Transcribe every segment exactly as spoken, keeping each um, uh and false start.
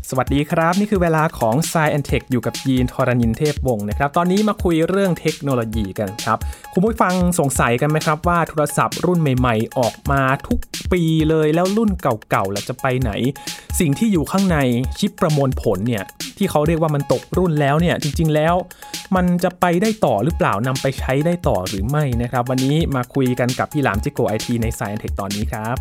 สวัสดีครับนี่คือเวลาของ Science แอนด์ Tech อยู่กับยีนทรณินเทพวงศ์นะครับตอนนี้มาคุยเรื่องเทคโนโลยีกันครับคุณผู้ฟังสงสัยกันไหมครับว่าโทรศัพท์รุ่นใหม่ๆออกมาทุกปีเลยแล้วรุ่นเก่าๆแล้วจะไปไหนสิ่งที่อยู่ข้างในชิปประมวลผลเนี่ยที่เขาเรียกว่ามันตกรุ่นแล้วเนี่ยจริงๆแล้วมันจะไปได้ต่อหรือเปล่านำไปใช้ได้ต่อหรือไม่นะครับวันนี้มาคุยกันกับพี่หลามจิโก ไอ ที ใน Science แอนด์ Tech ตอนนี้ครับ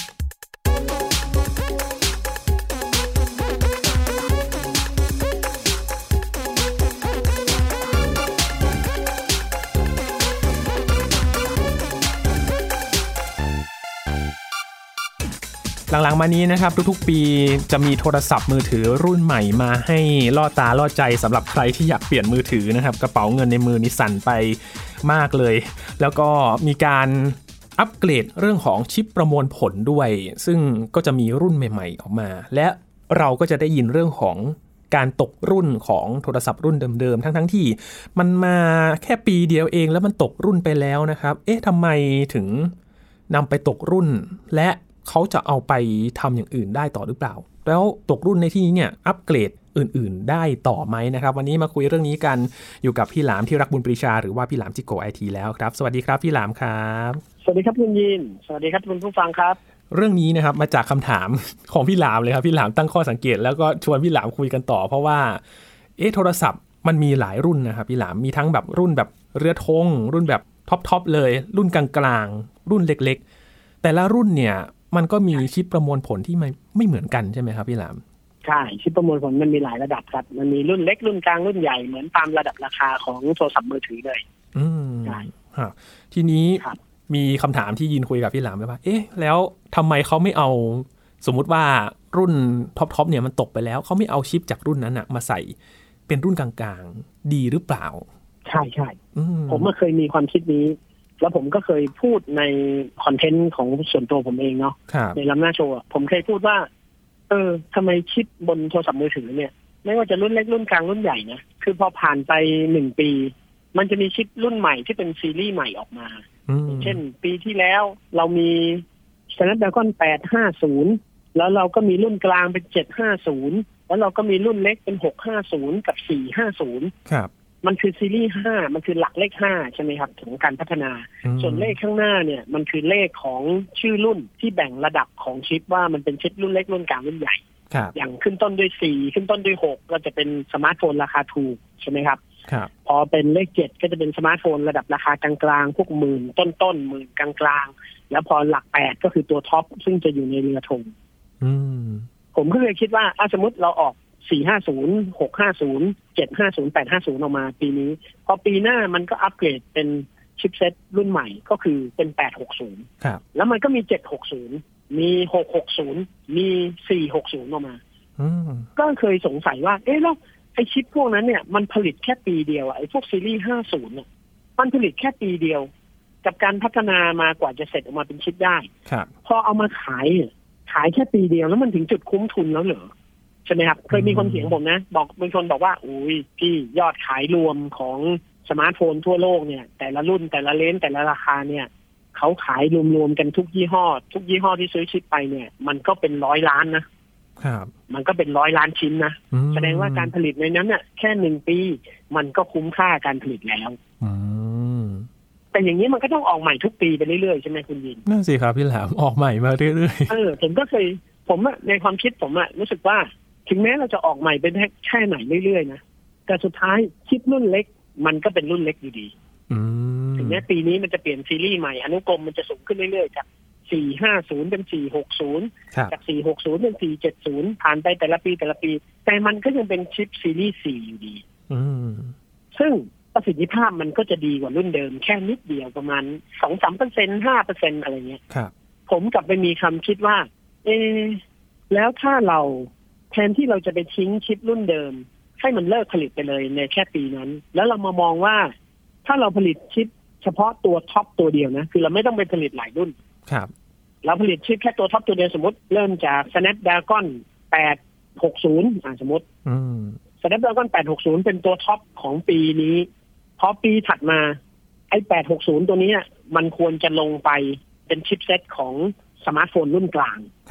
หลังๆมานี้นะครับทุกๆปีจะมีโทรศัพท์มือถือรุ่นใหม่มาให้ล่อตาล่อใจสำหรับใครที่อยากเปลี่ยนมือถือนะครับกระเป๋าเงินในมือนี่สั่นไปมากเลยแล้วก็มีการอัปเกรดเรื่องของชิปประมวลผลด้วยซึ่งก็จะมีรุ่นใหม่ๆออกมาและเราก็จะได้ยินเรื่องของการตกรุ่นของโทรศัพท์รุ่นเดิมๆทั้งๆที่มันมาแค่ปีเดียวเองแล้วมันตกรุ่นไปแล้วนะครับเอ๊ะทำไมถึงนำไปตกรุ่นและเขาจะเอาไปทำอย่างอื่นได้ต่อหรือเปล่าแล้วตกรุ่นในที่นี้เนี่ยอัปเกรดอื่นๆได้ต่อไหมนะครับวันนี้มาคุยเรื่องนี้กันอยู่กับพี่หลามที่รักบุญปรีชาหรือว่าพี่หลามจิโก ไอ ที แล้วครับสวัสดีครับพี่หลามครับสวัสดีครับคุณยินสวัสดีครับคุณผู้ฟังครับเรื่องนี้นะครับมาจากคำถามของพี่หลามเลยครับพี่หลามตั้งข้อสังเกตแล้วก็ชวนพี่หลามคุยกันต่อเพราะว่าเอ๊ะโทรศัพท์มันมีหลายรุ่นนะครับพี่หลามมีทั้งแบบรุ่นแบบเรือธงรุ่นแบบท็อปๆเลยรุ่นกลางๆรุ่นเล็กๆแต่ละรุ่นเนี่ยมันก็มีชิปประมวลผลที่ไม่ไม่เหมือนกันใช่ไหมครับพี่หลามใช่ชิปประมวลผลมันมีหลายระดับครับมันมีรุ่นเล็กรุ่นกลางรุ่นใหญ่เหมือนตามระดับราคาของโทรศัพท์มือถือเลยอืมใช่ทีนี้มีคำถามที่ยินคุยกับพี่หลามเลยว่าเอ๊ะแล้วทำไมเขาไม่เอาสมมุติว่ารุ่นท็อปๆเนี่ยมันตกไปแล้วเขาไม่เอาชิปจากรุ่นนั้นนะมาใส่เป็นรุ่นกลางๆดีหรือเปล่าใช่ใช่ผมก็เคยมีความคิดนี้แล้วผมก็เคยพูดในคอนเทนต์ของส่วนตัวผมเองเนาะในล้ำหน้าโชว์ผมเคยพูดว่าเออทำไมชิปบนโทรศัพท์มือถือเนี่ยไม่ว่าจะรุ่นเล็กรุ่นกลางรุ่นใหญ่นะคือพอผ่านไปหนึ่งปีมันจะมีชิปรุ่นใหม่ที่เป็นซีรีส์ใหม่ออกมาเช่นปีที่แล้วเรามี Snapdragon แปดห้าศูนย์แล้วเราก็มีรุ่นกลางเป็นเจ็ดห้าศูนย์แล้วเราก็มีรุ่นเล็กเป็นหกห้าศูนย์กับสี่ห้าศูนย์ครับมันคือซีรีส์ห้ามันคือหลักเลขห้าใช่ไหมครับของการพัฒนาส่วนเลขข้างหน้าเนี่ยมันคือเลขของชื่อรุ่นที่แบ่งระดับของชิปว่ามันเป็นชิปรุ่นเล็กรุ่นกลางรุ่นใหญ่อย่างขึ้นต้นด้วยสี่ขึ้นต้นด้วยหกก็จะเป็นสมาร์ทโฟนราคาถูกใช่ไหมครับพอเป็นเลขเจ็ดก็จะเป็นสมาร์ทโฟนระดับราคากลางๆพวกหมื่นต้นๆหมื่นกลางๆแล้วพอหลักแปดก็คือตัวท็อปซึ่งจะอยู่ในเรือธงผมก็เลยคิดว่าถ้าสมมติเราออกสี่ห้าศูนย์ หกห้าศูนย์ เจ็ดห้าศูนย์ แปดห้าศูนย์ออกมาปีนี้พอปีหน้ามันก็อัปเกรดเป็นชิปเซ็ตรุ่นใหม่ก็คือเป็นแปดหกศูนย์ครับแล้วมันก็มีเจ็ดหกศูนย์มีหกหกศูนย์มีสี่หกศูนย์ออกมาก็เคยสงสัยว่าเอ๊ะแล้วไอ้ชิปพวกนั้นเนี่ยมันผลิตแค่ปีเดียวไอ้พวกซีรีส์ห้าสิบเนี่ยมันผลิตแค่ปีเดียวกับการพัฒนามากว่าจะเสร็จออกมาเป็นชิปได้พอเอามาขายขายแค่ปีเดียวแล้วมันถึงจุดคุ้มทุนแล้วเหรอใช่ไหมครับเคยมีคนเถียงผมนะบอกบางคนบอกว่าอุ้ยพี่ยอดขายรวมของสมาร์ทโฟนทั่วโลกเนี่ยแต่ละรุ่นแต่ละเลนส์แต่ละราคาเนี่ยเขาขายรวมๆกันทุกยี่ห้อทุกยี่ห้อที่ซื้อชิปไปเนี่ยมันก็เป็นร้อยล้านนะครับมันก็เป็นร้อยล้านชิ้นนะแสดงว่าการผลิตในนั้นเนี่ยแค่หนึ่งปีมันก็คุ้มค่าการผลิตแล้วแต่อย่างนี้มันก็ต้องออกใหม่ทุกปีไปเรื่อยๆใช่ไหมคุณยินนั่นสิครับพี่แหลมออกใหม่มาเรื่อยๆเออผมก็เคยผมในความคิดผมอะรู้สึกว่าถึงแม้เราจะออกใหม่เป็นแค่ไหนเรื่อยๆนะแต่สุดท้ายชิปรุ่นเล็กมันก็เป็นรุ่นเล็กอยู่ดีถึงแม้ปีนี้มันจะเปลี่ยนซีรีส์ใหม่อนุกรมมันจะสูงขึ้นเรื่อยๆจากสี่ห้าศูนย์เป็นสี่หกศูนย์จากสี่หกศูนย์เป็นสี่เจ็ดศูนย์ผ่านไปแต่ละปีแต่ละปีแต่มันก็ยังเป็นชิปซีรีส์สี่อยู่ดีซึ่งประสิทธิภาพมันก็จะดีกว่ารุ่นเดิมแค่นิดเดียวประมาณ สองถึงสามเปอร์เซ็นต์ ห้าเปอร์เซ็นต์ อะไรเงี้ยผมกลับไปมีคำคิดว่าเออแล้วถ้าเราแทนที่เราจะไปทิ้งชิปรุ่นเดิมให้มันเลิกผลิตไปเลยในแค่ปีนั้นแล้วเรามามองว่าถ้าเราผลิตชิปเฉพาะตัวท็อปตัวเดียวนะคือเราไม่ต้องไปผลิตหลายรุ่นครับเราผลิตชิปแค่ตัวท็อปตัวเดียวสมมติเริ่มจาก Snapdragon แปดหกศูนย์อ่าสมมติอืม Snapdragon แปดหกศูนย์เป็นตัวท็อปของปีนี้พอปีถัดมาไอ้แปดหกศูนย์ตัวนี้มันควรจะลงไปเป็นชิปเซ็ตของสมาร์ทโฟนรุ่นกลางครับ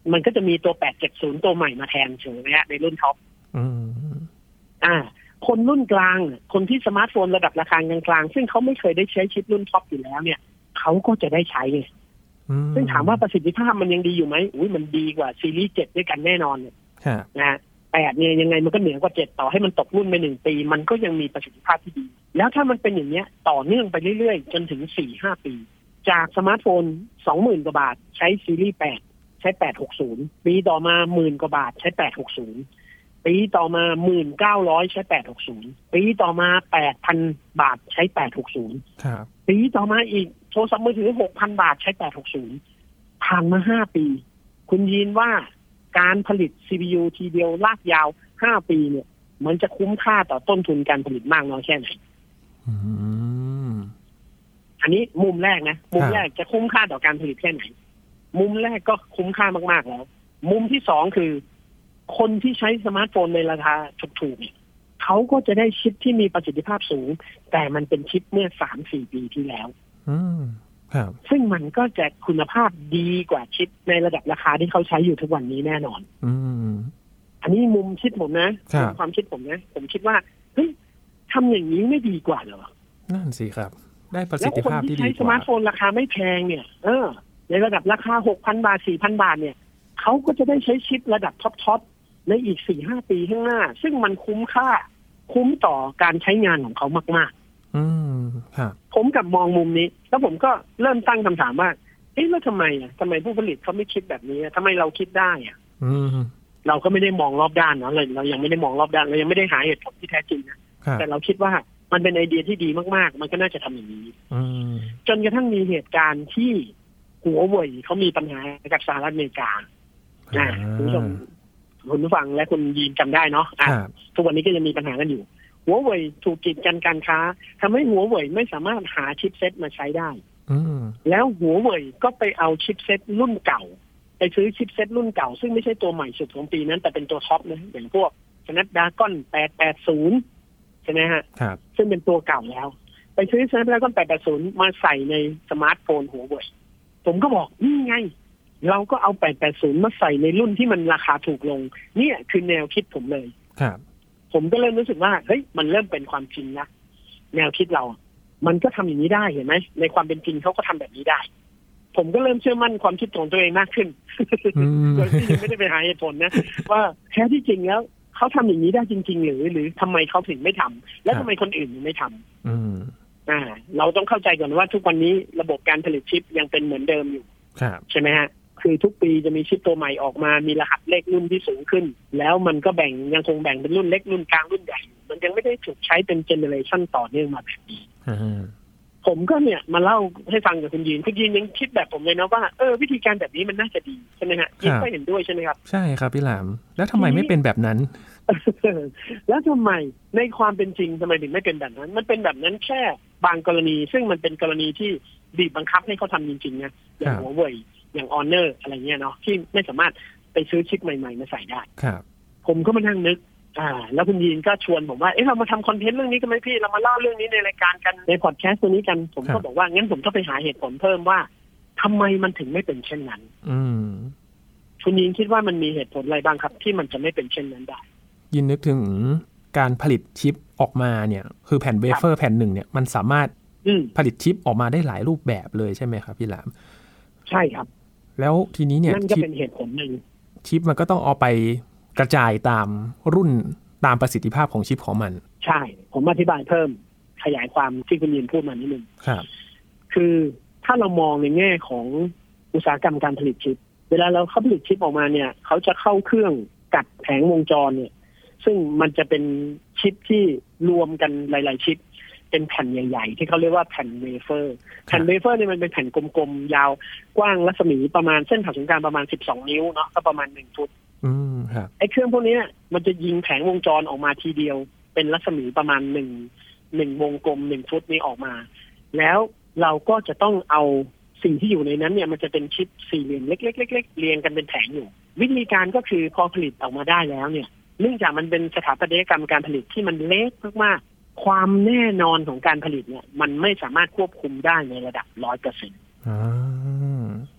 มันก็จะมีตัวแปดเจ็ดศูนย์ตัวใหม่มาแทนเฉยนะฮะในรุ่นท็อปอ่าคนรุ่นกลางคนที่สมาร์ทโฟนระดับราคากลางๆซึ่งเขาไม่เคยได้ใช้ชิปรุ่นท็อปอยู่แล้วเนี่ยเขาก็จะได้ใช้ซึ่งถามว่าประสิทธิภาพมันยังดีอยู่ไหมอุ้ยมันดีกว่าซีรีส์เจ็ดด้วยกันแน่นอนเนี่ยนะฮะแปดเนี่ยยังไงมันก็เหนือกว่าเจ็ดต่อให้มันตกรุ่นไปหนึ่งปีมันก็ยังมีประสิทธิภาพที่ดีแล้วถ้ามันเป็นอย่างเนี้ยต่อเนื่องไปเรื่อยๆจนถึง สี่ห้า ปีจากสมาร์ทโฟน สองหมื่น กว่าบาทใช้ซีรีส์แปดใช้แปดหกศูนย์ปีต่อมาหมื่นกว่าบาทใช้แปดหกศูนย์ปีต่อมา หนึ่งพันเก้าร้อย ใช้แปดหกศูนย์ปีต่อมา แปดพัน บาทใช้แปดหกศูนย์ครับปีต่อมาอีกโทรศัพท์มือถือ หกพัน บาทใช้แปดหกศูนย์ผ่านมาห้าปีคุณยินว่าการผลิต ซี พี ยู ทีเดียวลากยาวห้าปีเนี่ยมันจะคุ้มค่าต่อต้นทุนการผลิตมากน้อยแค่ไหนอืมอันนี้มุมแรกนะมุมแรกจะคุ้มค่าต่อการผลิตแค่ไหนมุมแรกก็คุ้มค่ามากๆแล้วมุมที่สองคือคนที่ใช้สมาร์ทโฟนในราคาถูกๆเนี่ยเขาก็จะได้ชิปที่มีประสิทธิภาพสูงแต่มันเป็นชิปเมื่อ สามสี่ ปีที่แล้วอืมครับซึ่งมันก็จะคุณภาพดีกว่าชิปในระดับราคาที่เขาใช้อยู่ทุกวันนี้แน่นอนอืมอันนี้มุมคิดผมนะความคิดผมนะผมคิดว่าเฮ้ยทำอย่างนี้ไม่ดีกว่าเหรอนั่นสิครับได้ประสิทธิภาพที่ดีกว่าแล้วคนที่ใช้สมาร์ทโฟนราคาไม่แพงเนี่ยเออในระดับราคา หกพัน บาท สี่พัน บาทเนี่ยเขาก็จะได้ใช้ชิประดับท็อปๆในอีก สี่ห้า ปีข้างหน้าซึ่งมันคุ้มค่าคุ้มต่อการใช้งานของเขามากๆอืมครับผมกับมองมุมนี้แล้วผมก็เริ่มตั้งคำถามว่าเอ๊ะแล้วทำไมอ่ะทำไมผู้ผลิตเขาไม่คิดแบบนี้ทำไมเราคิดได้อ่ะอืมเราก็ไม่ได้มองรอบด้านเนาะเลยเรายังไม่ได้มองรอบด้านเรายังไม่ได้หาเหตุผลที่แท้จริงนะแต่เราคิดว่ามันเป็นไอเดียที่ดีมากๆมันก็น่าจะทำอย่างนี้จนกระทั่งมีเหตุการณ์ที่หัวเว่ยเขามีปัญหากับสหรัฐอเมริกาอ่าคุณผู้ชมคุณผู้ฟังและคุณยีนจำได้เนาะอ่าทุกวันนี้ก็ยังมีปัญหากันอยู่หัวเว่ยถูกกีดกันการค้าทำให้หัวเว่ยไม่สามารถหาชิปเซ็ตมาใช้ได้แล้วหัวเว่ยก็ไปเอาชิปเซ็ตรุ่นเก่าไปซื้อชิปเซ็ตรุ่นเก่าซึ่งไม่ใช่ตัวใหม่สุดของปีนั้นแต่เป็นตัวท็อปนะอย่างพวก Snapdragon แปดแปดศูนย์ใช่ไหมฮะครับซึ่งเป็นตัวเก่าแล้วไปซื้อ Snapdragon แปดแปดศูนย์มาใส่ในสมาร์ทโฟนหัวเว่ยผมก็บอกนี่ไงเราก็เอาแปดแปดศูนย์มาใส่ในรุ่นที่มันราคาถูกลงเนี่ยคือแนวคิดผมเลยครับผมก็เริ่มรู้สึกว่าเฮ้ยมันเริ่มเป็นความจริงนะแนวคิดเรามันก็ทำอย่างนี้ได้เห็นไหมในความเป็นจริงเขาก็ทำแบบนี้ได้ผมก็เริ่มเชื่อมั่นความคิดของตัวเองมากขึ้นโดยที่ยังไม่ได้ไปหาเหตุผลนะว่าแท้ที่จริงแล้วเขาทำอย่างนี้ได้จริงๆหรือหรือทำไมเขาถึงไม่ทำและทำไมคนอื่นถึงไม่ทำอ่าเราต้องเข้าใจก่อนว่าทุกวันนี้ระบบการผลิตชิปยังเป็นเหมือนเดิมอยู่ใช่ไหมฮะคือทุกปีจะมีชิปตัวใหม่ออกมามีรหัสเลขรุ่นที่สูงขึ้นแล้วมันก็แบ่งยังคงแบ่งเป็นรุ่นเล็กรุ่นกลางรุ่นใหญ่มันยังไม่ได้ถูกใช้เป็นเจเนอเรชันต่อเนื่องมาแบบนี้ผมก็เนี่ยมาเล่าให้ฟังกับคุณยีนคุณยีนยังคิดแบบผมเลยนะว่าเออวิธีการแบบนี้มันน่าจะดีใช่ไหมฮะยีนก็เห็นด้วยใช่ไหมครับใช่ครับพี่หลามแล้วทำไมไม่เป็นแบบนั้นแล้วทำไมในความเป็นจริงทำไมถึงไม่เป็นแบบนั้นมันเป็นแบบนั้นแค่บางกรณีซึ่งมันเป็นกรณีที่บีบบังคับให้เขาทำจริงๆนะอย่างหัวเว่ยอย่างออเนอร์อะไรเงี้ยเนาะที่ไม่สามารถไปซื้อชิปใหม่ๆมาใส่ได้ครับผมก็มานั่งนึกอ่าแล้วคุณยีนก็ชวนผมว่าเอ๊ะเรามาทำคอนเทนต์เรื่องนี้กันไหมพี่เรามาเล่าเรื่องนี้ในรายการกันในพอดแคสต์ตัวนี้กันผมก็บอกว่างั้นผมก็ไปหาเหตุผลเพิ่มว่าทำไมมันถึงไม่เป็นเช่นนั้นอืมคุณยีนคิดว่ามันมีเหตุผลอะไรบ้างครับที่มันจะไม่เป็นเช่นนั้นได้ยินนึกถึงการผลิตชิปออกมาเนี่ยคือแผ่นเวเฟอร์แผ่นหนึ่งเนี่ยมันสามารถผลิตชิปออกมาได้หลายรูปแบบเลยใช่ไหมครับพี่หลามใช่ครับแล้วทีนี้เนี่ยนั่นก็เป็นเหตุผลหนึ่งชิปมันก็ต้องเอาไปกระจายตามรุ่นตามประสิทธิภาพของชิปของมันใช่ผมอธิบายเพิ่มขยายความที่คุณยินพูดมานิดนึงครับคือถ้าเรามองในแง่ของอุตสาหกรรมการผลิตชิปเวลาเราเขาผลิตชิปออกมาเนี่ยเขาจะเข้าเครื่องกัดแผงวงจรเนี่ยซึ่งมันจะเป็นชิปที่รวมกันหลายๆชิปเป็นแผ่นใหญ่ๆที่เขาเรียกว่าแผ่นเวเฟอร์แผ่นเวเฟอร์เนี่ยมันเป็นแผ่นกลมๆยาวกว้างรัศมีประมาณเส้นผ่าศูนย์กลางประมาณสิบสองนิ้วเนาะก็ประมาณหนึ่งฟุตอืมครับไอ้เครื่องพวกนี้มันจะยิงแผงวงจรออกมาทีเดียวเป็นรัศมีประมาณหนึ่งหนึ่งวงกลมหนึ่งฟุตนี้ออกมาแล้วเราก็จะต้องเอาสิ่งที่อยู่ในนั้นเนี่ยมันจะเป็นชิปสี่เหลี่ยมเล็กๆๆๆเรียงกันเป็นแผงอยู่วิธีการก็คือพอผลิตออกมาได้แล้วเนี่ยเนื่องจากมันเป็นสถาปัตยกรรมการผลิตที่มันเล็กมากๆความแน่นอนของการผลิตเนี่ยมันไม่สามารถควบคุมได้ในระดับ ร้อยเปอร์เซ็นต์ อ่า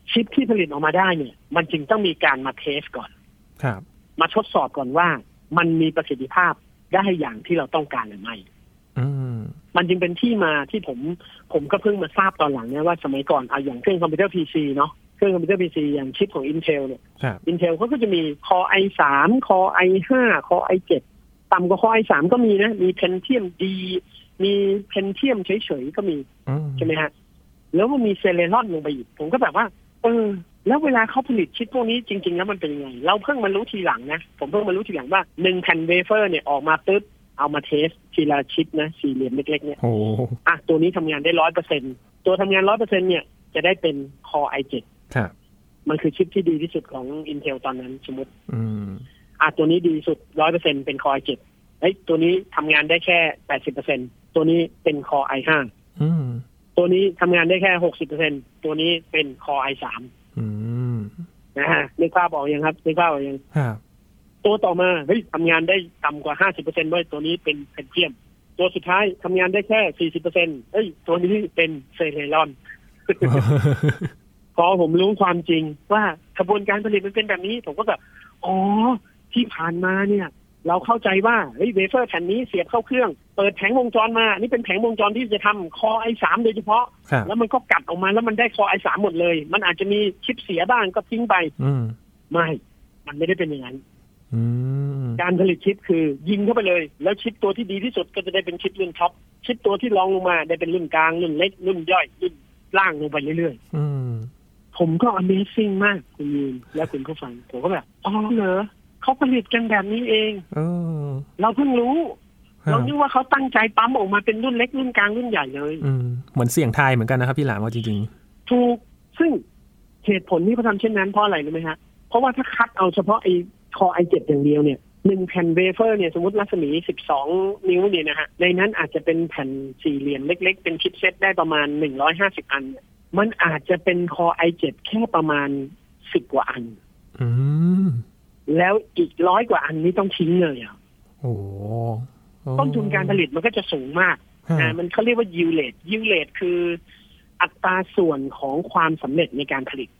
ชิปที่ผลิตออกมาได้เนี่ยมันจึงต้องมีการมาเทสก่อนครับมาทดสอบก่อนว่ามันมีประสิทธิภาพได้อย่างที่เราต้องการหรือไม่มันจึงเป็นที่มาที่ผมผมก็เพิ่งมาทราบตอนหลังเนี่ยว่าสมัยก่อนเอาอย่างเครื่องคอมพิวเตอร์ พี ซี เนาะเครื่องคอมพิวเตอร์ พี ซี อย่างชิปของ Intel เนี่ย Intel เขาก็จะมี Core ไอ ทรี Core ไอ ไฟว์ Core ไอ เซเว่น ต่ำกว่า Core ไอ ทรี ก็มีนะมี Pentium D มี Pentium เฉยๆก็มีใช่ไหมฮะแล้วก็มี Celeron ลงไปอีกผมก็แบบว่าเออแล้วเวลาเขาผลิตชิปพวกนี้จริงๆแล้วมันเป็นยังไงเราเพิ่งมารู้ทีหลังนะผมเพิ่งมารู้ทีหลังว่าหนึ่งแผ่นเวเฟอร์เนี่ยออกมาปึ๊บเอามาเทสทีละชิปนะสี่เหลี่ยมเล็กๆเนี่ยโอ้อ่ะตัวนี้ทำงานได้ ร้อยเปอร์เซ็นต์ ตัวทำงาน ร้อยเปอร์เซ็นต์ เนี่ยจะได้เป็น Core ไอ เซเว่น ครับมันคือชิปที่ดีที่สุดของ Intel ตอนนั้นสมมุติอืมอ่ะตัวนี้ดีสุด ร้อยเปอร์เซ็นต์ เป็น Core ไอ เซเว่น เฮ้ยตัวนี้ทำงานได้แค่ แปดสิบเปอร์เซ็นต์ ตัวนี้เป็น Core ไอ ไฟว์ อืมตัวนี้ทำงานได้แค่ หกสิบเปอร์เซ็นต์ ตัวนี้เป็น Core ไอ ทรี อืมนะฮะนึกภาพออกยังครับนึกภาพออกยังครับตัวต่อมาเฮ้ยทำงานได้ต่ำกว่า ห้าสิบเปอร์เซ็นต์ ด้วยตัวนี้เป็นเพนเทียมตัวสุดท้ายทำงานได้แค่ สี่สิบเปอร์เซ็นต์ เฮ้ยตัวนี้เป็นเซเลรอน พอผมรู้ความจริงว่ากระบวนการผลิตมันเป็นแบบนี้ผมก็แบบอ๋อที่ผ่านมาเนี่ยเราเข้าใจว่าเฮ้ยเวเฟอร์แผ่นนี้เสียบเข้าเครื่องเปิดแผงวงจรมานี่เป็นแผงวงจรที่จะทำ Core ไอ ทรี โดยเฉพาะแล้วมันก็กัดออกมาแล้วมันได้ Core ไอ ทรี หมดเลยมันอาจจะมีชิปเสียบ้างก็ทิ้งไปไม่มันไม่ได้เป็นอย่างนั้นการผลิตชิปคือยิงเข้าไปเลยแล้วชิปตัวที่ดีที่สุดก็จะได้เป็นชิปรุ่นท็อปชิปตัวที่รองลงมาได้เป็นรุ่นกลางรุ่นเล็กรุ่นย่อยรุ่นล่างลงไปเรื่อยๆผมก็ Amazing มากคุณยินและคุณผู้ฟังผมก็แบบอ๋อเหรอเขาผลิตกันแบบนี้เองเออเราเพิ่งรู้เราคิดว่าเขาตั้งใจปั๊มออกมาเป็นรุ่นเล็กรุ่นกลางรุ่นใหญ่เลยอืมเหมือนเสี่ยงทายเหมือนกันนะครับพี่หลามว่าจริงๆถูกซึ่งเหตุผลที่เขาทำเช่นนั้นเพราะอะไรรู้ไหมฮะเพราะว่าถ้าคัดเอาเฉพาะไอ้ Core ไอ เซเว่น อย่างเดียวเนี่ยหนึ่งแผ่นเวเฟอร์เนี่ยสมมติรัศมีสิบสองนิ้วเนี่ยนะฮะในนั้นอาจจะเป็นแผ่นสี่เหลี่ยมเล็กๆเป็นชิปเซตได้ประมาณหนึ่งร้อยห้าสิบอันมันอาจจะเป็น Core ไอ เซเว่น แค่ประมาณสิบกว่าอันอืมแล้วอีกร้อยกว่าอันนี้ต้องทิ้งเลยอ่ะโอ้ต้นทุนการผลิตมันก็จะสูงมากนะมันเขาเรียกว่า yield rate yield rate คืออัตราส่วนของความสำเร็จในการผลิต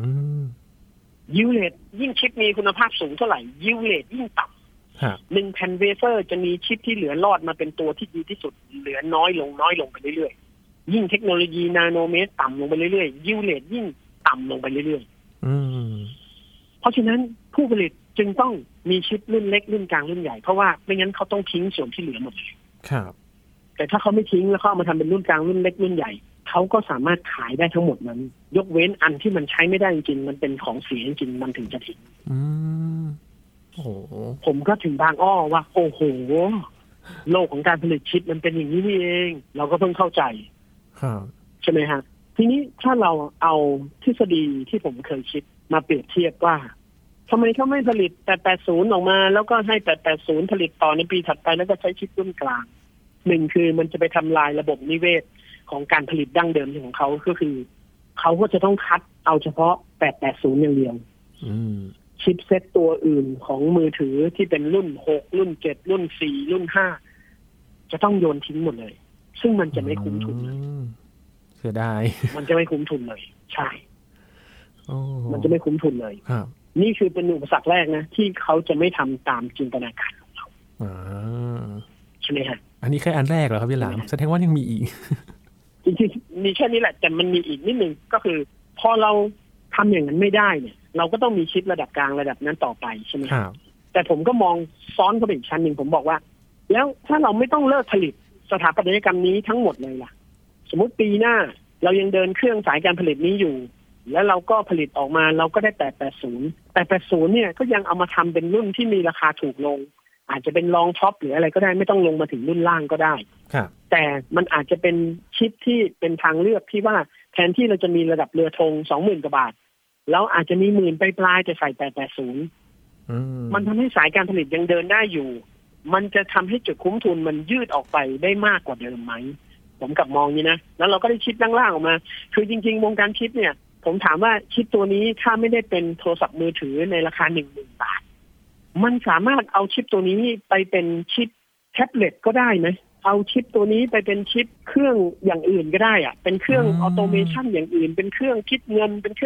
yield rate ยิ่งชิปมีคุณภาพสูงเท่าไหร่ yield rate ยิ่งต่ำหนึ่งแผ่นเวเฟอร์จะมีชิปที่เหลือรอดมาเป็นตัวที่ดีที่สุดเหลือน้อยลงน้อยลงไปเรื่อยๆยิ่งเทคโนโลยีนาโนเมตรต่ำลงไปเรื่อยๆ yield rate ยิ่งต่ำลงไปเรื่อยๆเพราะฉะนั้นผู้ผลิตจึงต้องมีชิปรุ่นเล็กรุ่นกลางรุ่นใหญ่เพราะว่าไม่งั้นเขาต้องทิ้งส่วนที่เหลือหมดเลยครับแต่ถ้าเขาไม่ทิ้งแล้วเขาเอามาทำเป็นรุ่นกลางรุ่นเล็กรุ่นใหญ่เขาก็สามารถขายได้ทั้งหมดนั้นยกเว้นอันที่มันใช้ไม่ได้จริงๆมันเป็นของเสียจริงมันถึงจะทิ้งอืมโอ้โหผมก็ถึงบางอ้อว่าโอ้โหโลกของการผลิตชิปมันเป็นอย่างนี้นี่เองเราก็เพิ่งเข้าใจครับใช่ไหมฮะทีนี้ถ้าเราเอาทฤษฎีที่ผมเคยคิดมาเปรียบเทียบว่าทำไมเขาไม่ผลิตแปดแปดศูนย์ออกมาแล้วก็ให้แปดแปดศูนย์ผลิตต่อในปีถัดไปแล้วก็ใช้ชิปรุ่นกลางหนึ่งคือมันจะไปทำลายระบบนิเวศของการผลิตดั้งเดิมของเขาก็คือเขาก็จะต้องคัดเอาเฉพาะแปดแปดศูนย์อย่างเดียวชิปเซตตัวอื่นของมือถือที่เป็นรุ่นหกรุ่นเจ็ดรุ่นสี่รุ่นห้าจะต้องโยนทิ้งหมดเลยซึ่งมันจะไม่คุ้มทุนเลยเสียดายมันจะไม่คุ้มทุนเลยใช่มันจะไม่คุ้มทุนเลยครับนี่คือเป็นอุปสรรคแรกนะที่เขาจะไม่ทำตามจินตนาการของเราใช่ไหมฮะอันนี้แค่อันแรกเหรอครับพี่หลามแสดงว่ายังมีอีกจริงๆมีแค่นี้แหละแต่มันมีอีกนิดนึงก็คือพอเราทำอย่างนั้นไม่ได้เนี่ยเราก็ต้องมีชิประดับกลางระดับนั้นต่อไปใช่ไหมครับแต่ผมก็มองซ้อนเข้าไปอีกชั้นหนึ่งผมบอกว่าแล้วถ้าเราไม่ต้องเลิกผลิตสถาปัตยกรรมนี้ทั้งหมดเลยล่ะสมมติปีหน้าเรายังเดินเครื่องสายการผลิตนี้อยู่แล้วเราก็ผลิตออกมาเราก็ได้แปดแปดศูนย์ แปดแปดศูนย์เนี่ยก็ยังเอามาทำเป็นรุ่นที่มีราคาถูกลงอาจจะเป็นรองท็อปหรืออะไรก็ได้ไม่ต้องลงมาถึงรุ่นล่างก็ได้แต่มันอาจจะเป็นชิปที่เป็นทางเลือกที่ว่าแทนที่เราจะมีระดับเรือธง สองหมื่น กว่าบาทแล้วอาจจะมีหมื่นปลายๆจะใส่แปดแปดศูนย์มันทำให้สายการผลิตยังเดินได้อยู่มันจะทำให้จุดคุ้มทุนมันยืดออกไปได้มากกว่าเดิมไหมผมกลับมองนี้นะแล้วเราก็ได้ชิปล่างๆออกมาคือจริงๆวงการชิปเนี่ยผมถามว่าชิปตัวนี้ถ้าไม่ได้เป็นโทรศัพท์มือถือในราคา หนึ่งหมื่น บาทมันสามารถเอาชิปตัวนี้ไปเป็นชิปแท็บเล็ตก็ได้ไหมเอาชิปตัวนี้ไปเป็นชิปเครื่องอย่างอื่นก็ได้อะเป็นเครื่องออโตเมชันอย่างอื่นเป็นเครื่องคิดเงินเป็นเครื่อง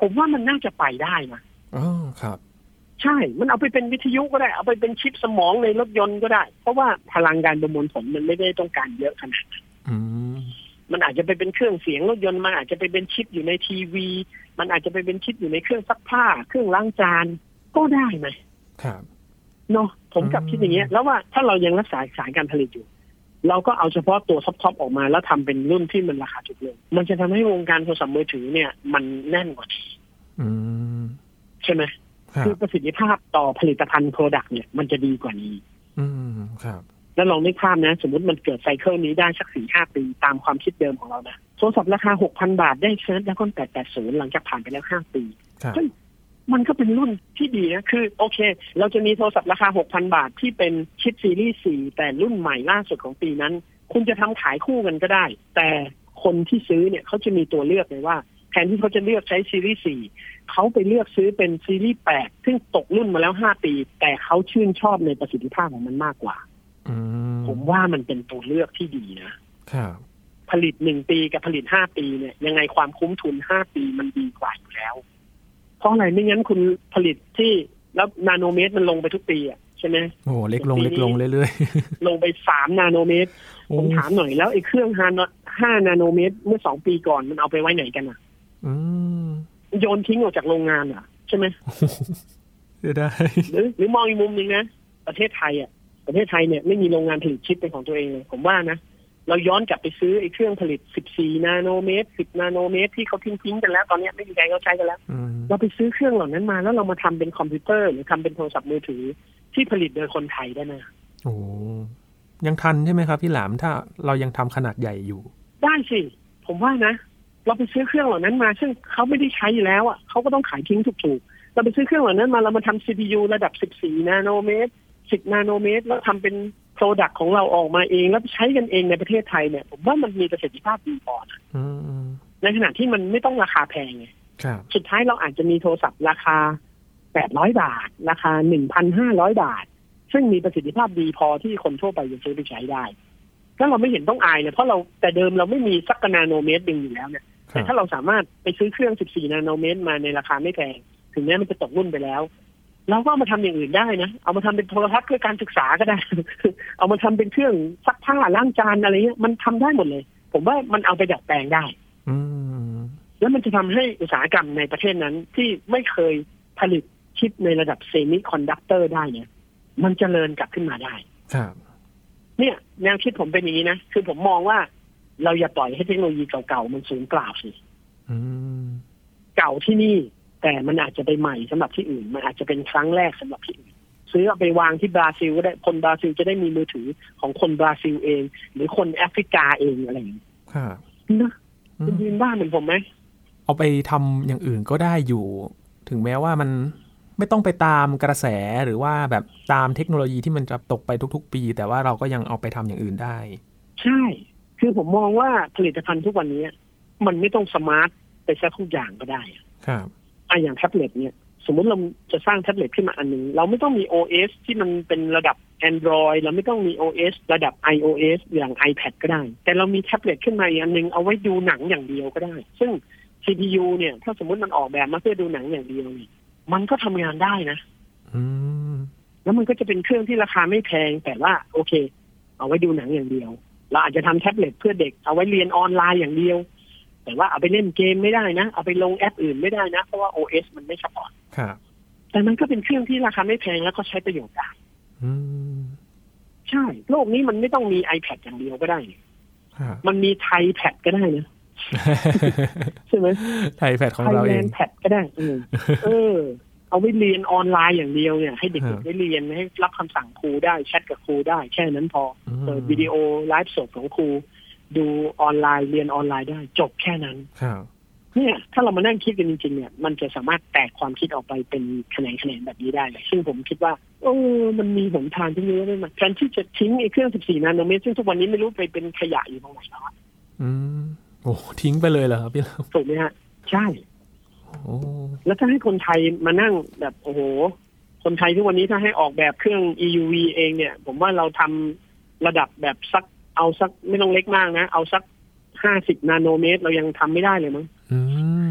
ผมว่ามันน่าจะไปได้นะอ๋อครับใช่มันเอาไปเป็นวิทยุก็ได้เอาไปเป็นชิปสมองในรถยนต์ก็ได้เพราะว่าพลังการประมวลผลมันไม่ได้ต้องการเยอะขนาดนั้นมันอาจจะไปเป็นเครื่องเสียงรถยนต์มันอาจจะไปเป็นชิปอยู่ในทีวีมันอาจจะไปเป็นชิปอยู่ในเครื่องซักผ้าเครื่องล้างจานก็ได้ไหมครับเนาะผมกลับคิดอย่างเงี้ยแล้วว่าถ้าเรายังรักษาสายการผลิตอยู่เราก็เอาเฉพาะตัวท็อปๆออกมาแล้วทำเป็นรุ่นที่มันราคาถูกลงมันจะทำให้วงการโทรศัพท์มือถือเนี่ยมันแน่นกว่านี้ใช่ไหมคือประสิทธิภาพต่อผลิตภัณฑ์โปรดักต์เนี่ยมันจะดีกว่านี้อืมครับแล้วลองนึกภาพนะสมมติมันเกิดไซเคิลนี้ได้สัก สี่ห้า ปีตามความคิดเดิมของเรานะโทรศัพท์ราคา หกพัน บาทได้เซิร์ชแล้วก็แปดแปดศูนย์หลังจากผ่านไปแล้วห้าปีมันก็เป็นรุ่นที่ดีนะคือโอเคเราจะมีโทรศัพท์ราคา หกพัน บาทที่เป็นชิปซีรีส์สี่แต่รุ่นใหม่ล่าสุดของปีนั้นคุณจะทำขายคู่กันก็ได้แต่คนที่ซื้อเนี่ยเขาจะมีตัวเลือกเลยว่าแทนที่เขาจะเลือกใช้ซีรีส์สี่เขาไปเลือกซื้อเป็นซีรีส์แปดซึ่งตกรุ่นมาแล้วห้าปีแต่เขาชื่นชอบในประสิทธิภาพของมันมากกว่าผมว่ามันเป็นตัวเลือกที่ดีนะครับผลิตหนึ่งปีกับผลิตห้าปีเนี่ยยังไงความคุ้มทุนห้าปีมันดีกว่าอยู่แล้วเพราะอะไรไม่งั้นคุณผลิตที่แล้วนาโนเมตรมันลงไปทุกปีอ่ะใช่ไหมโอ้เล็กลงเล็กลงเรื่อยๆลงไปสามนาโนเมตรผมถามหน่อยแล้วไอ้เครื่องห้านาโนเมตรเมื่อสองปีก่อนมันเอาไปไว้ไหนกันอ่ะโยนทิ้งออกจากโรงงานอ่ะใช่ไหมได้หรือหรือมองอีกมุมนึงนะประเทศไทยอ่ะประเทศไทยเนี่ยไม่มีโรงงานผลิตชิปเป็นของตัวเองเลยผมว่านะเราย้อนกลับไปซื้อไอ้เครื่องผลิตสิบสี่นาโนเมตรสิบนาโนเมตรที่เขาทิ้งๆกันแล้วตอนนี้ไม่มีใครเขาใช้กันแล้วเราไปซื้อเครื่องเหล่านั้นมาแล้วเรามาทำเป็นคอมพิวเตอร์หรือทำเป็นโทรศัพท์มือถือที่ผลิตโดยคนไทยได้นะโอ้ยังทันใช่ไหมครับพี่หลามถ้าเรายังทำขนาดใหญ่อยู่ได้สิผมว่านะเราไปซื้อเครื่องเหล่านั้นมาซึ่งเขาไม่ได้ใช้อยู่แล้วอ่ะเขาก็ต้องขายทิ้งถูกๆเราไปซื้อเครื่องเหล่านั้นมาเรามาทำ ซี พี ยู ระดับสิบสี่นาโนเมตรสิบนาโนเมตรแล้วทำเป็นโปรดักต์ของเราออกมาเองแล้วใช้กันเองในประเทศไทยเนี่ยผมว่ามันมีประสิทธิภาพดีพอนะในขณะที่มันไม่ต้องราคาแพงไงสุดท้ายเราอาจจะมีโทรศัพท์ราคาแปดร้อยบาทราคา หนึ่งพันห้าร้อย บาทซึ่งมีประสิทธิภาพดีพอที่คนทั่วไปจะซื้อไปใช้ได้ถ้าเราไม่เห็นต้องอายเลยเพราะเราแต่เดิมเราไม่มีสักนาโนเมตรดึงอยู่แล้วเนี่ยแต่ถ้าเราสามารถไปซื้อเครื่องสิบสี่นาโนเมตรมาในราคาไม่แพงถึงแม้มันจะตกรุ่นไปแล้วเราก็เอามาทำอย่างอื่นได้นะเอามาทำเป็นโทรทัศน์เพื่อการศึกษาก็ได้ เอามาทำเป็นเครื่องซักผ้าล้างจานอะไรเงี้ยมันทำได้หมดเลยผมว่ามันเอาไปดัดแปลงได้แล้วมันจะทำให้อุตสาหกรรมในประเทศนั้นที่ไม่เคยผลิตชิปในระดับเซมิคอนดักเตอร์ได้เนี่ยมันเจริญกลับขึ้นมาได้ครับเนี่ยแนวคิดผมเป็นอย่างนี้นะคือผมมองว่าเราอย่าปล่อยให้เทคโนโลยีเก่าๆมันสูญเปล่าสิเก่าที่นี่แต่มันอาจจะไปใหม่สำหรับที่อื่นมันอาจจะเป็นครั้งแรกสำหรับที่อื่นซื้อเอาไปวางที่บราซิลก็ได้คนบราซิลจะได้มีมือถือของคนบราซิลเองหรือคนแอฟริกาเองอะไรอย่างนี้ครับนะคุณยืนบ้านเหมือนผมไหมเอาไปทำอย่างอื่นก็ได้อยู่ถึงแม้ว่ามันไม่ต้องไปตามกระแสหรือว่าแบบตามเทคโนโลยีที่มันจะตกไปทุกๆปีแต่ว่าเราก็ยังเอาไปทำอย่างอื่นได้ใช่คือผมมองว่าผลิตภัณฑ์ทุกวันนี้มันไม่ต้องสมาร์ทไปซะทุกอย่างก็ได้ครับอ่ะอย่างแท็บเล็ตเนี่ยสมมุติเราจะสร้างแท็บเล็ตขึ้นมาอันนึงเราไม่ต้องมี โอ เอส ที่มันเป็นระดับ Android เราไม่ต้องมี โอ เอส ระดับ iOS อย่าง iPad ก็ได้แต่เรามีแท็บเล็ตขึ้นมาอีกอันนึงเอาไว้ดูหนังอย่างเดียวก็ได้ซึ่ง ซี พี ยู เนี่ยถ้าสมมุติมันออกแบบมาเพื่อดูหนังอย่างเดียวนี่มันก็ทำงานได้นะอืมแล้วมันก็จะเป็นเครื่องที่ราคาไม่แพงแต่ว่าโอเคเอาไว้ดูหนังอย่างเดียวเราอาจจะทำแท็บเล็ตเพื่อเด็กเอาไว้เรียนออนไลน์อย่างเดียวแต่ว่าเอาไปเล่นเกมไม่ได้นะเอาไปลงแอปอื่นไม่ได้นะเพราะว่า โอ เอส มันไม่ซัพพอร์ตครับแต่มันก็เป็นเครื่องที่ราคาไม่แพงแล้วก็ใช้ประโยชน์ได้อืมใช่โลกนี้มันไม่ต้องมี iPad อย่างเดียวก็ได้มันมีไทยแพดก็ได้นะใช่ไหมไทยแพดของเราเองแพดก็ได้เออเออเอาไว้เรียนออนไลน์อย่างเดียวเนี่ยให้เด็กๆได้เรียนให้รับคำสั่งครูได้แชทกับครูได้แค่นั้นพอเปิดวิดีโอไลฟ์สดของครูดูออนไลน์เรียนออนไลน์ได้จบแค่นั้นเนี่ยถ้าเรามานั่งคิดกันจริงๆเนี่ยมันจะสามารถแตกความคิดออกไปเป็นแขนงแขนงแบบนี้ได้เลยซึ่งผมคิดว่าโอ้มันมีหนทางที่เยอะเลยมันแทนที่จะทิ้งไอ้เครื่องสิบสี่นาโนเมตรซึ่งทุกวันนี้ไม่รู้ไปเป็นขยะอยู่ตรงไหนแล้วอืมโอ้ทิ้งไปเลยเหรอครับพี่ถูกไหมฮะใช่โอ้แล้วถ้าให้คนไทยมานั่งแบบโอ้โหคนไทยทุกวันนี้ถ้าให้ออกแบบเครื่อง อี ยู วี เองเนี่ยผมว่าเราทำระดับแบบสักเอาสักไม่ต้องเล็กมากนะเอาสักห้าสิบนาโนเมตรเรายังทำไม่ได้เลยมั้ง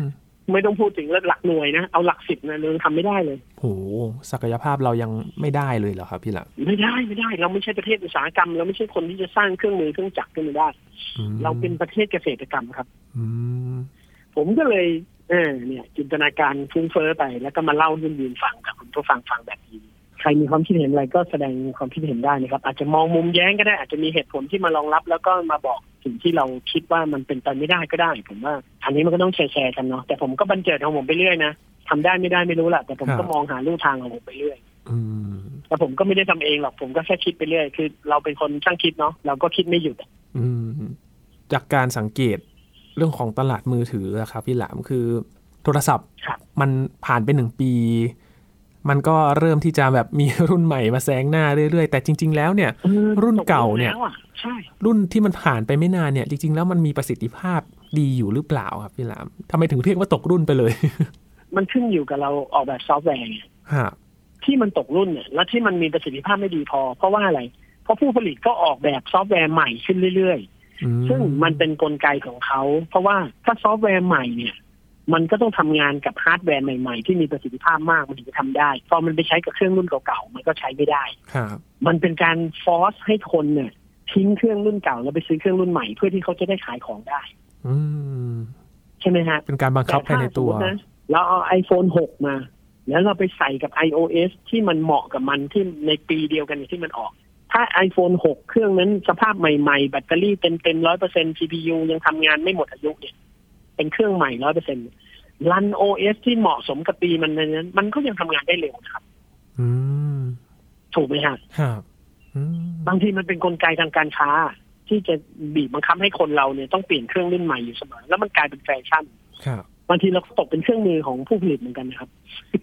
ไม่ต้องพูดถึงหลักหน่วยนะเอาหลักสิบนะเราทำไม่ได้เลยโหศักยภาพเรายังไม่ได้เลยเหรอครับพี่หลับไม่ได้ไม่ได้เราไม่ใช่ประเทศอุตสาหกรรมเราไม่ใช่คนที่จะสร้างเครื่องมือเครื่องจักรขึ้นมาได้เราเป็นประเทศเกษตรกรรมครับผมก็เลยเออเนี่ยจินตนาการฟุ้งเฟ้อไปแล้วก็มาเล่าให้ยืนฟังกับคุณผู้ฟังฟังแบบนี้ใครมีความคิดเห็นอะไรก็แสดงความคิดเห็นได้นะครับอาจจะมองมุมแย้งก็ได้อาจจะมีเหตุผลที่มารองรับแล้วก็มาบอกสิ่งที่เราคิดว่ามันเป็นไปไม่ได้ก็ได้ผมว่าอันนี้มันก็ต้องแชร์ๆกันเนาะแต่ผมก็บันเจิดของผมไปเรื่อยนะทำได้ไม่ได้ไม่รู้แหละแต่ผมก็มองหาลู่ทางของผมไปเรื่อยแต่ผมก็ไม่ได้ทำเองหรอกผมก็แค่คิดไปเรื่อยคือเราเป็นคนช่างคิดเนาะเราก็คิดไม่หยุดจากการสังเกตเรื่องของตลาดมือถือครับพี่หลามคือโทรศัพท์มันผ่านไปหนึ่งปีมันก็เริ่มที่จะแบบมีรุ่นใหม่มาแซงหน้าเรื่อยๆแต่จริงๆแล้วเนี่ยรุ่นเก่าเนี่ยรุ่นที่มันผ่านไปไม่นานเนี่ยจริงๆแล้วมันมีประสิทธิภาพดีอยู่หรือเปล่าครับพี่หลามทำไมถึงเรียกว่าตกรุ่นไปเลยมันขึ้นอยู่กับเราออกแบบซอฟต์แวร์ที่มันตกรุ่นเนี่ยและที่มันมีประสิทธิภาพไม่ดีพอเพราะว่าอะไรเพราะผู้ผลิตก็ออกแบบซอฟต์แวร์ใหม่ขึ้นเรื่อยๆซึ่งมันเป็นกลไกของเขาเพราะว่าถ้าซอฟต์แวร์ใหม่เนี่ยมันก็ต้องทำงานกับฮาร์ดแวร์ใหม่ๆที่มีประสิทธิภาพมากมันถึงจะทำได้พอมันไปใช้กับเครื่องรุ่นเก่าๆมันก็ใช้ไม่ได้มันเป็นการฟอร์สให้คนเนี่ยทิ้งเครื่องรุ่นเก่าแล้วไปซื้อเครื่องรุ่นใหม่เพื่อที่เขาจะได้ขายของได้ใช่ไหมฮะเป็นการบังคับภายในตัวเราเอา ไอโฟน หกมาแล้วเราไปใส่กับ iOS ที่มันเหมาะกับมันที่ในปีเดียวกันที่มันออกถ้า ไอโฟน หกเครื่องนั้นสภาพใหม่ๆแบตเตอรี่เต็มๆ หนึ่งร้อยเปอร์เซ็นต์ ซี พี ยู ยังทำงานไม่หมดอายุเนี่ยเป็นเครื่องใหม่ หนึ่งร้อยเปอร์เซ็นต์ รัน โอ เอส ที่เหมาะสมกับปีมันนั้นมันก็ยังทำงานได้เร็วนะครับถูกไหมฮะครับบางทีมันเป็นกลไกทางการค้าที่จะบีบบังคับให้คนเราเนี่ยต้องเปลี่ยนเครื่องรุ่นใหม่อยู่เสมอแล้วมันกลายเป็นแฟชั่นบางทีเราตกเป็นเครื่องมือของผู้ผลิตเหมือนกันนะครับ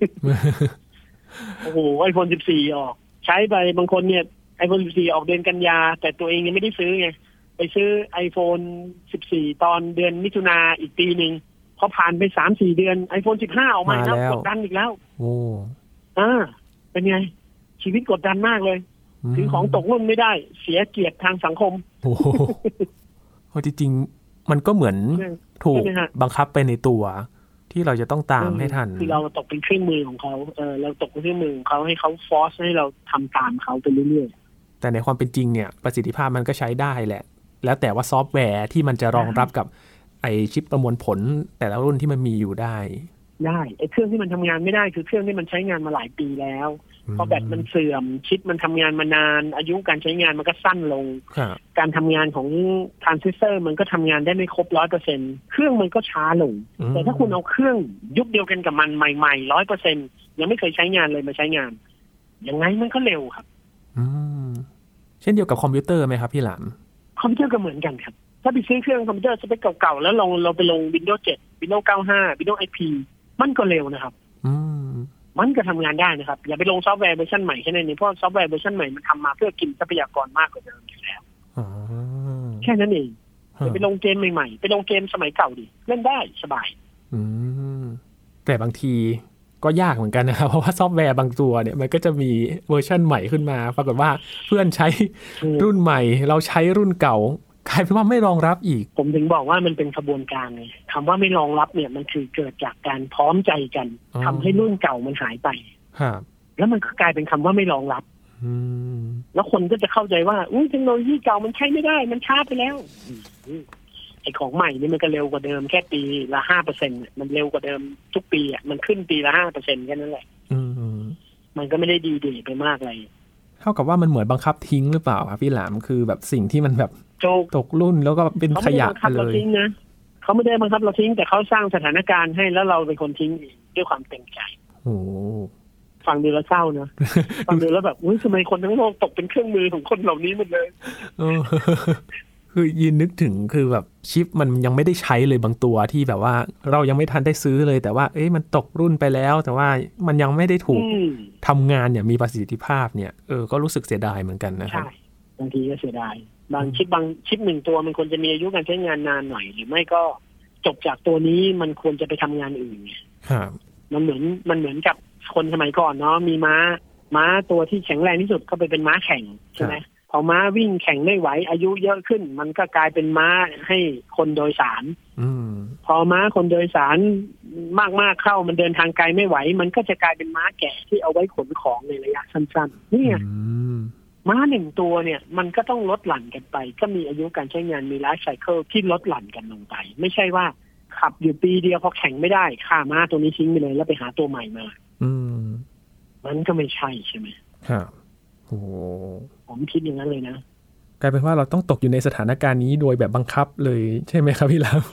โอ้โห ไอโฟน สิบสี่ ออกใช้ไปบางคนเนี่ย ไอโฟน สิบสี่ ออกเดือนกันยาแต่ตัวเองยังไม่ได้ซื้อไงไปซื้อ ไอโฟน สิบสี่ ตอนเดือนมิถุนาอีกปีนึงพอผ่านไป สามสี่ เดือน ไอโฟน สิบห้า ออกมาแล้วกดดันอีกแล้วโอ้อ่าเป็นไงชีวิตกดดันมากเลยถือของตกรุ่นไม่ได้เสียเกียรติทางสังคมโอ้โหจริงๆมันก็เหมือนถูกบังคับไปในตัวที่เราจะต้องตามให้ทันคือเราตกเป็นเครื่องมือของเขาเออเราตกเป็นเครื่องมือของเขาให้เขาฟอร์สให้เราทำตามเขาไปเรื่อยๆแต่ในความเป็นจริงเนี่ยประสิทธิภาพมันก็ใช้ได้แหละแล้วแต่ว่าซอฟต์แวร์ที่มันจะรองรับกับไอชิปประมวลผลแต่ละรุ่นที่มันมีอยู่ได้ได้ไอเครื่องที่มันทำงานไม่ได้คือเครื่องที่มันใช้งานมาหลายปีแล้วพอแบตมันเสื่อมชิปมันทำงานมานานอายุการใช้งานมันก็สั้นลงการทำงานของทรานซิสเตอร์มันก็ทำงานได้ไม่ครบ ร้อยเปอร์เซ็นต์ เครื่องมันก็ช้าลงแต่ถ้าคุณเอาเครื่องยุคเดียวกันกับมันใหม่ๆ ร้อยเปอร์เซ็นต์ ยังไม่เคยใช้งานเลยมาใช้งานยังไงมันก็เร็วครับเช่นเดียวกับคอมพิวเตอร์ไหมครับพี่หลามคอมพิวเตอร์ก็เหมือนกันครับถ้าไปซื้อเครื่องคอมพิวเตอร์สเปคเก่าๆแล้วลองเราไปลง Windows เจ็ด Windows เก้าสิบห้า Windows ไอ พี มันก็เร็วนะครับมันก็ทำงานได้นะครับอย่าไปลงซอฟต์แวร์เวอร์ชันใหม่แค่นั้นเองเพราะซอฟต์แวร์เวอร์ชันใหม่มันทำมาเพื่อกินทรัพยากรมากกว่าเดิมอยู่แล้วแค่นั้นเองอย่าไปลงเกมใหม่ๆไปลงเกมสมัยเก่าดิเล่นได้สบายแต่บางทีก็ยากเหมือนกันนะครับเพราะว่าซอฟต์แวร์บางตัวเนี่ยมันก็จะมีเวอร์ชันใหม่ขึ้นมาปรากฏว่าเพื่อนใช้รุ่นใหม่เราใช้รุ่นเก่ากลายเป็นว่าไม่รองรับอีกผมถึงบอกว่ามันเป็นกระบวนการไงคำว่าไม่รองรับเนี่ยมันคือเกิดจากการพร้อมใจกันทำให้รุ่นเก่ามันหายไปแล้วมันก็กลายเป็นคำว่าไม่รองรับแล้วคนก็จะเข้าใจว่าอุ้ยเทคโนโลยีเก่ามันใช้ไม่ได้มันช้าไปแล้วไอ้ของใหม่นี่มันก็เร็วกว่าเดิมแค่ปีละห้าเปอร์เซ็นต์มันเร็วกว่าเดิมทุกปีอ่ะมันขึ้นปีละห้าเปอร์เซ็นต์แค่นั้นแหละมันก็ไม่ได้ดีเด่ไปมากเลยเท่ากับว่ามันเหมือนบังคับทิ้งหรือเปล่าครับพี่หลามคือแบบสิ่งที่มันแบบตกรุ่นแล้วก็เป็นขยะไปเลยเขาไม่ได้บังคับเราทิ้งแต่เขาสร้างสถานการณ์ให้แล้วเราเป็นคนทิ้งเองด้วยความเต็มใจโอ้ฟังดูแล้วเศร้านะฟังดูแล้วแบบอุ้ยทำไมคนทั้งโลกตกเป็นเครื่องมือของคนเหล่านี้หมดเลยคือยินนึกถึงคือแบบชิปมันยังไม่ได้ใช้เลยบางตัวที่แบบว่าเรายังไม่ทันได้ซื้อเลยแต่ว่าเอ๊ะมันตกรุ่นไปแล้วแต่ว่ามันยังไม่ได้ถูกทำงานอย่างมีประสิทธิภาพเนี่ยเออก็รู้สึกเสียดายเหมือนกันนะครับใช่บางทีก็เสียดายบางชิปบางชิปหนึ่งตัวมันควรจะมีอายุการใช้งานนานหน่อยหรือไม่ก็จบจากตัวนี้มันควรจะไปทำงานอื่นเนี่ยมันเหมือนมันเหมือนกับคนสมัยก่อนเนาะมีม้าม้าตัวที่แข็งแรงที่สุดก็ไปเป็นม้าแข่งใช่ไหมพอม้าวิ่งแข่งไม่ไหวอายุเยอะขึ้นมันก็กลายเป็นม้าให้คนโดยสารอืมพอม้าคนโดยสารมากๆเข้ามันเดินทางไกลไม่ไหวมันก็จะกลายเป็นม้าแก่ที่เอาไว้ขนของในระยะสั้นๆนี่ม้าหนึ่งตัวเนี่ยมันก็ต้องลดหลั่นกันไปก็มีอายุการใช้งานมีไลฟ์ไซเคิลที่ลดหลั่นกันลงไปไม่ใช่ว่าขับอยู่ปีเดียวพอแข่งไม่ได้ฆ่าม้าตัวนี้ทิ้งไปเลยแล้วไปหาตัวใหม่มาอืมมันก็ไม่ใช่ใช่ไหมครับโอ้ผมคิดอย่างนั้นเลยนะกลายเป็นว่าเราต้องตกอยู่ในสถานการณ์นี้โดยแบบบังคับเลยใช่ไหมครับพี่ลาว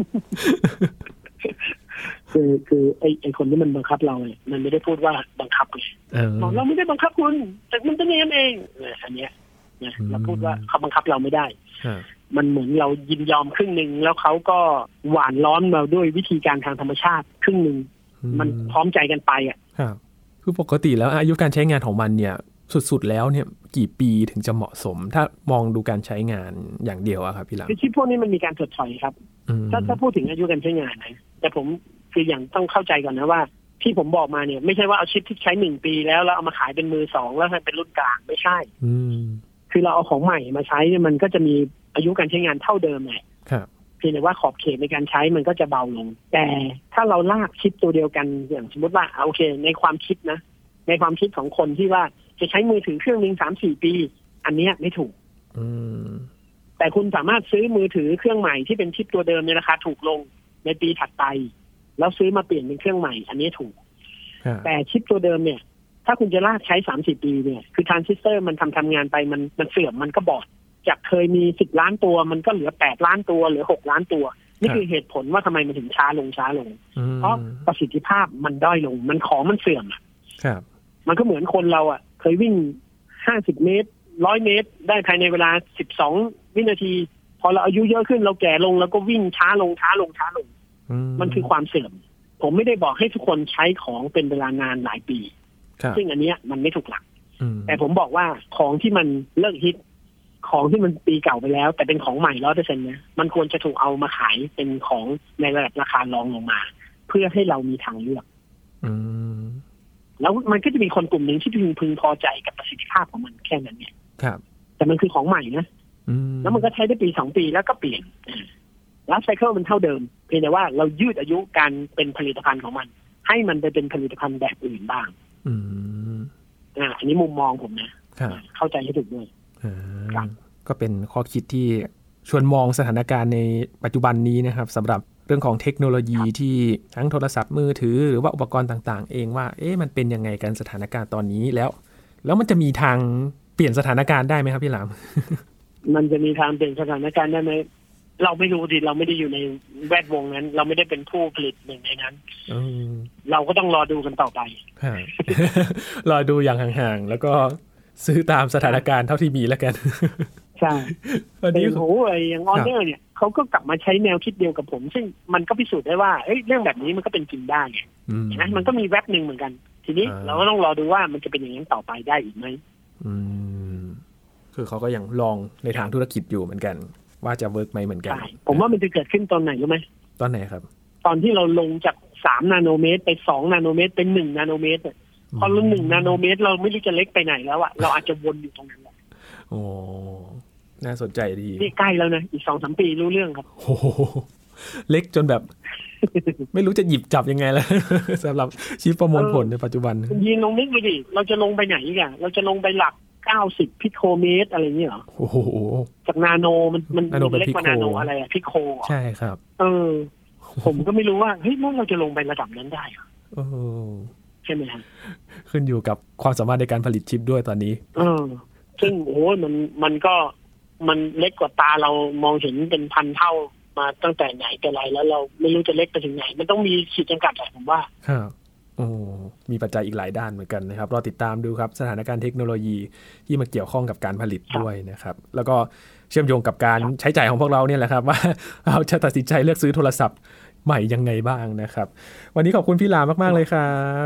คือคือไอ้ไอ้คนที่มันบังคับเราเนี่ยมันไม่ได้พูดว่าบังคับเลยบอกเราไม่ได้บังคับคุณแต่มันเป็นอย่างนั้นเองเนี่ยอันเนี้ยนะเราพูดว่าเขาบังคับเราไม่ได้มันเหมือนเรายินยอมครึ่งนึงแล้วเขาก็หวานล้อมเราด้วยวิธีการทางธรรมชาติครึ่งนึงมันพร้อมใจกันไปอ่ะครับคือปกติแล้วอายุการใช้งานของมันเนี่ยสุดๆแล้วเนี่ยกี่ปีถึงจะเหมาะสมถ้ามองดูการใช้งานอย่างเดียวอะครับพี่หลังคือชิปพวกนี้มันมีการถดถอยครับถ้าถ้าพูดถึงอายุการใช้งานนะแต่ผมคืออย่างต้องเข้าใจก่อนนะว่าที่ผมบอกมาเนี่ยไม่ใช่ว่าเอาชิปที่ใช้หนึ่งปีแล้วแล้วเอามาขายเป็นมือสองแล้วเป็นรุ่นกลางไม่ใช่คือเราเอาของใหม่มาใช้เนี่ยมันก็จะมีอายุการใช้งานเท่าเดิมแหละเพียงแต่ว่าขอบเขตในการใช้มันก็จะเบาลงแต่ถ้าเราลากชิปตัวเดียวกันอย่างสมมติว่าโอเคในความคิดนะในความคิดของคนที่ว่าจะใช้มือถือเครื่องนึง สามสี่ ปีอันนี้ไม่ถูกแต่คุณสามารถซื้อมือถือเครื่องใหม่ที่เป็นชิปตัวเดิมในราคาถูกลงในปีถัดไปแล้วซื้อมาเปลี่ยนเป็นเครื่องใหม่อันนี้ถูกแต่ชิปตัวเดิมเนี่ยถ้าคุณจะลากใช้ สามสี่ ปีเนี่ยคือทรานซิสเตอร์มันทำทำงานไปมันมันเสื่อมมันก็บอดจากเคยมีสิบล้านตัวมันก็เหลือแปดล้านตัวเหลือหกล้านตัวนี่คือเหตุผลว่าทำไมมันถึงช้าลงช้าลงเพราะประสิทธิภาพมันด้อยลงมันของมันเสื่อมอ่ะมันก็เหมือนคนเราอ่ะเคยวิ่งห้าสิบเมตรหนึ่งร้อยเมตรได้ภายในเวลาสิบสองวินาทีพอเราอายุเยอะขึ้นเราแก่ลงแล้วก็วิ่งช้าลงช้าลงช้าลงมันคือความเสื่อมผมไม่ได้บอกให้ทุกคนใช้ของเป็นเวลานานหลายปีซึ่งอันเนี้ยมันไม่ถูกหลักแต่ผมบอกว่าของที่มันเลิกฮิตของที่มันปีเก่าไปแล้วแต่เป็นของใหม่ ร้อยเปอร์เซ็นต์ นะมันควรจะถูกเอามาขายเป็นของในระดับราคารองลงมาเพื่อให้เรามีทางเลือกแล้วมันก็จะมีคนกลุ่มหนึ่งที่พึงพึงพอใจกับประสิทธิภาพของมันแค่นั้นเนี่ยแต่มันคือของใหม่นะแล้วมันก็ใช้ได้ปีสองปีแล้วก็เปลี่ยนไลฟ์ไซเคิลมันเท่าเดิมเพียงแต่ว่าเรายืดอายุการเป็นผลิตภัณฑ์ของมันให้มันไปเป็นผลิตภัณฑ์แบบอื่นบ้างอ่าอันนี้มุมมองผมนะเข้าใจให้ถูกด้วยก็เป็นข้อคิดที่ชวนมองสถานการณ์ในปัจจุบันนี้นะครับสำหรับเรื่องของเทคโนโลยีที่ทั้งโทรศัพท์มือถือหรือว่าอุปกรณ์ต่างๆเองว่าเอ๊ะมันเป็นยังไงกันสถานการณ์ตอนนี้แล้วแล้วมันจะมีทางเปลี่ยนสถานการณ์ได้ไหมครับพี่หลามมันจะมีทางเปลี่ยนสถานการณ์ได้ไหมเราไม่รู้ดิเราไม่ได้อยู่ในแวดวงนั้นเราไม่ได้เป็นผู้ผลิตหนึ่งในนั้นเราก็ต้องรอดูกันต่อไปรอดูอย่างห่างๆแล้วก็ซื้อตามสถานการณ์เท่าที่มีแล้วกันใช่วันนี้โหไอ้อย่างออนเนอร์เนี่ยเขาก็กลับมาใช้แนวคิดเดียวกับผมซึ่งมันก็พิสูจน์ได้ว่าเอ้ยเรื่องแบบนี้มันก็เป็นจริงได้ไงนะมันก็มีแวบหนึ่งเหมือนกันทีนี้เราก็ต้องรอดูว่ามันจะเป็นอย่างนั้นต่อไปได้อีกไหมอืมคือเขาก็ยังลองในทางธุรกิจอยู่เหมือนกันว่าจะเวิร์กไหมเหมือนกันผมว่ามันจะเกิดขึ้นตอนไหนรู้ไหมตอนไหนครับตอนที่เราลงจากสามนาโนเมตรไปสองนาโนเมตรเป็นหนึ่งนาโนเมตรพอเราหนึ่งนาโนเมตรเราไม่รู้จะเล็กไปไหนแล้วอะเราอาจจะวนอยู่ตรงนั้นแหละโอ้น่าสนใจดีนี่ใกล้แล้วนะอีกสองสามปีรู้เรื่องครับโอ้เล็กจนแบบ ไม่รู้จะหยิบจับยังไงแล้ว สำหรับชีพประมวลผลในปัจจุบันยีนลงนึกไปดิเราจะลงไปไหนอีกอะเราจะลงไปหลักเก้าสิบพิโคเมตรอะไรอย่างเงี้ยเหรอโอ้โหจากนาโนมันมันเล็กกว่านาโนอะไรอะพิโคใช่ครับเออผมก็ไม่รู้ว่าเฮ้ยเมื่อเราจะลงไประดับนั้นได้เหรอโอ้ใช่ไหมครับขึ้นอยู่กับความสามารถในการผลิตชิปด้วยตอนนี้เออซึ่งโอ้มันมันก็มันเล็กกว่าตาเรามองเห็นเป็นพันเท่ามาตั้งแต่ไหนแต่ไรแล้วเราไม่รู้จะเล็กไปถึงไหนมันต้องมีขีดจำกัดแหละผมว่าครับโอ้มีปัจจัยอีกหลายด้านเหมือนกันนะครับรอติดตามดูครับสถานการณ์เทคโนโลยีที่มาเกี่ยวข้องกับการผลิตด้วยนะครับแล้วก็เชื่อมโยงกับการใช้จ่ายของพวกเราเนี่ยแหละครับว่าเราจะตัดสินใจเลือกซื้อโทรศัพท์ใหม่ยังไงบ้างนะครับวันนี้ขอบคุณพี่ลามากๆเลยครับค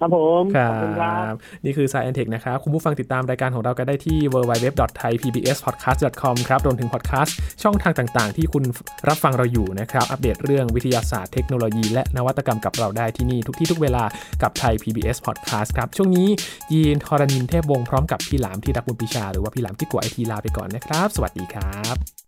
ครับผมขอบคุณครับนี่คือ Science Tech นะครับคุณผู้ฟังติดตามรายการของเรากันได้ที่ ดับเบิลยู ดับเบิลยู ดับเบิลยู ดอท ไทย พี บี เอส พอดแคสต์ ดอท คอม ครับรวมถึงพอดแคสต์ช่องทางต่างๆที่คุณรับฟังเราอยู่นะครับอัปเดตเรื่องวิทยาศาสตร์เทคโนโลยีและนวัตกรรมกับเราได้ที่นี่ทุกที่ทุกเวลากับไทย พี บี เอส Podcast ครับช่วงนี้ยีน ธรณินทร์ เทพวงศ์พร้อมกับพี่หลามที่รักบุญปิชาหรือว่าพี่หลามที่กัวไอทีลาไปก่อนนะครับสวัสดีครับ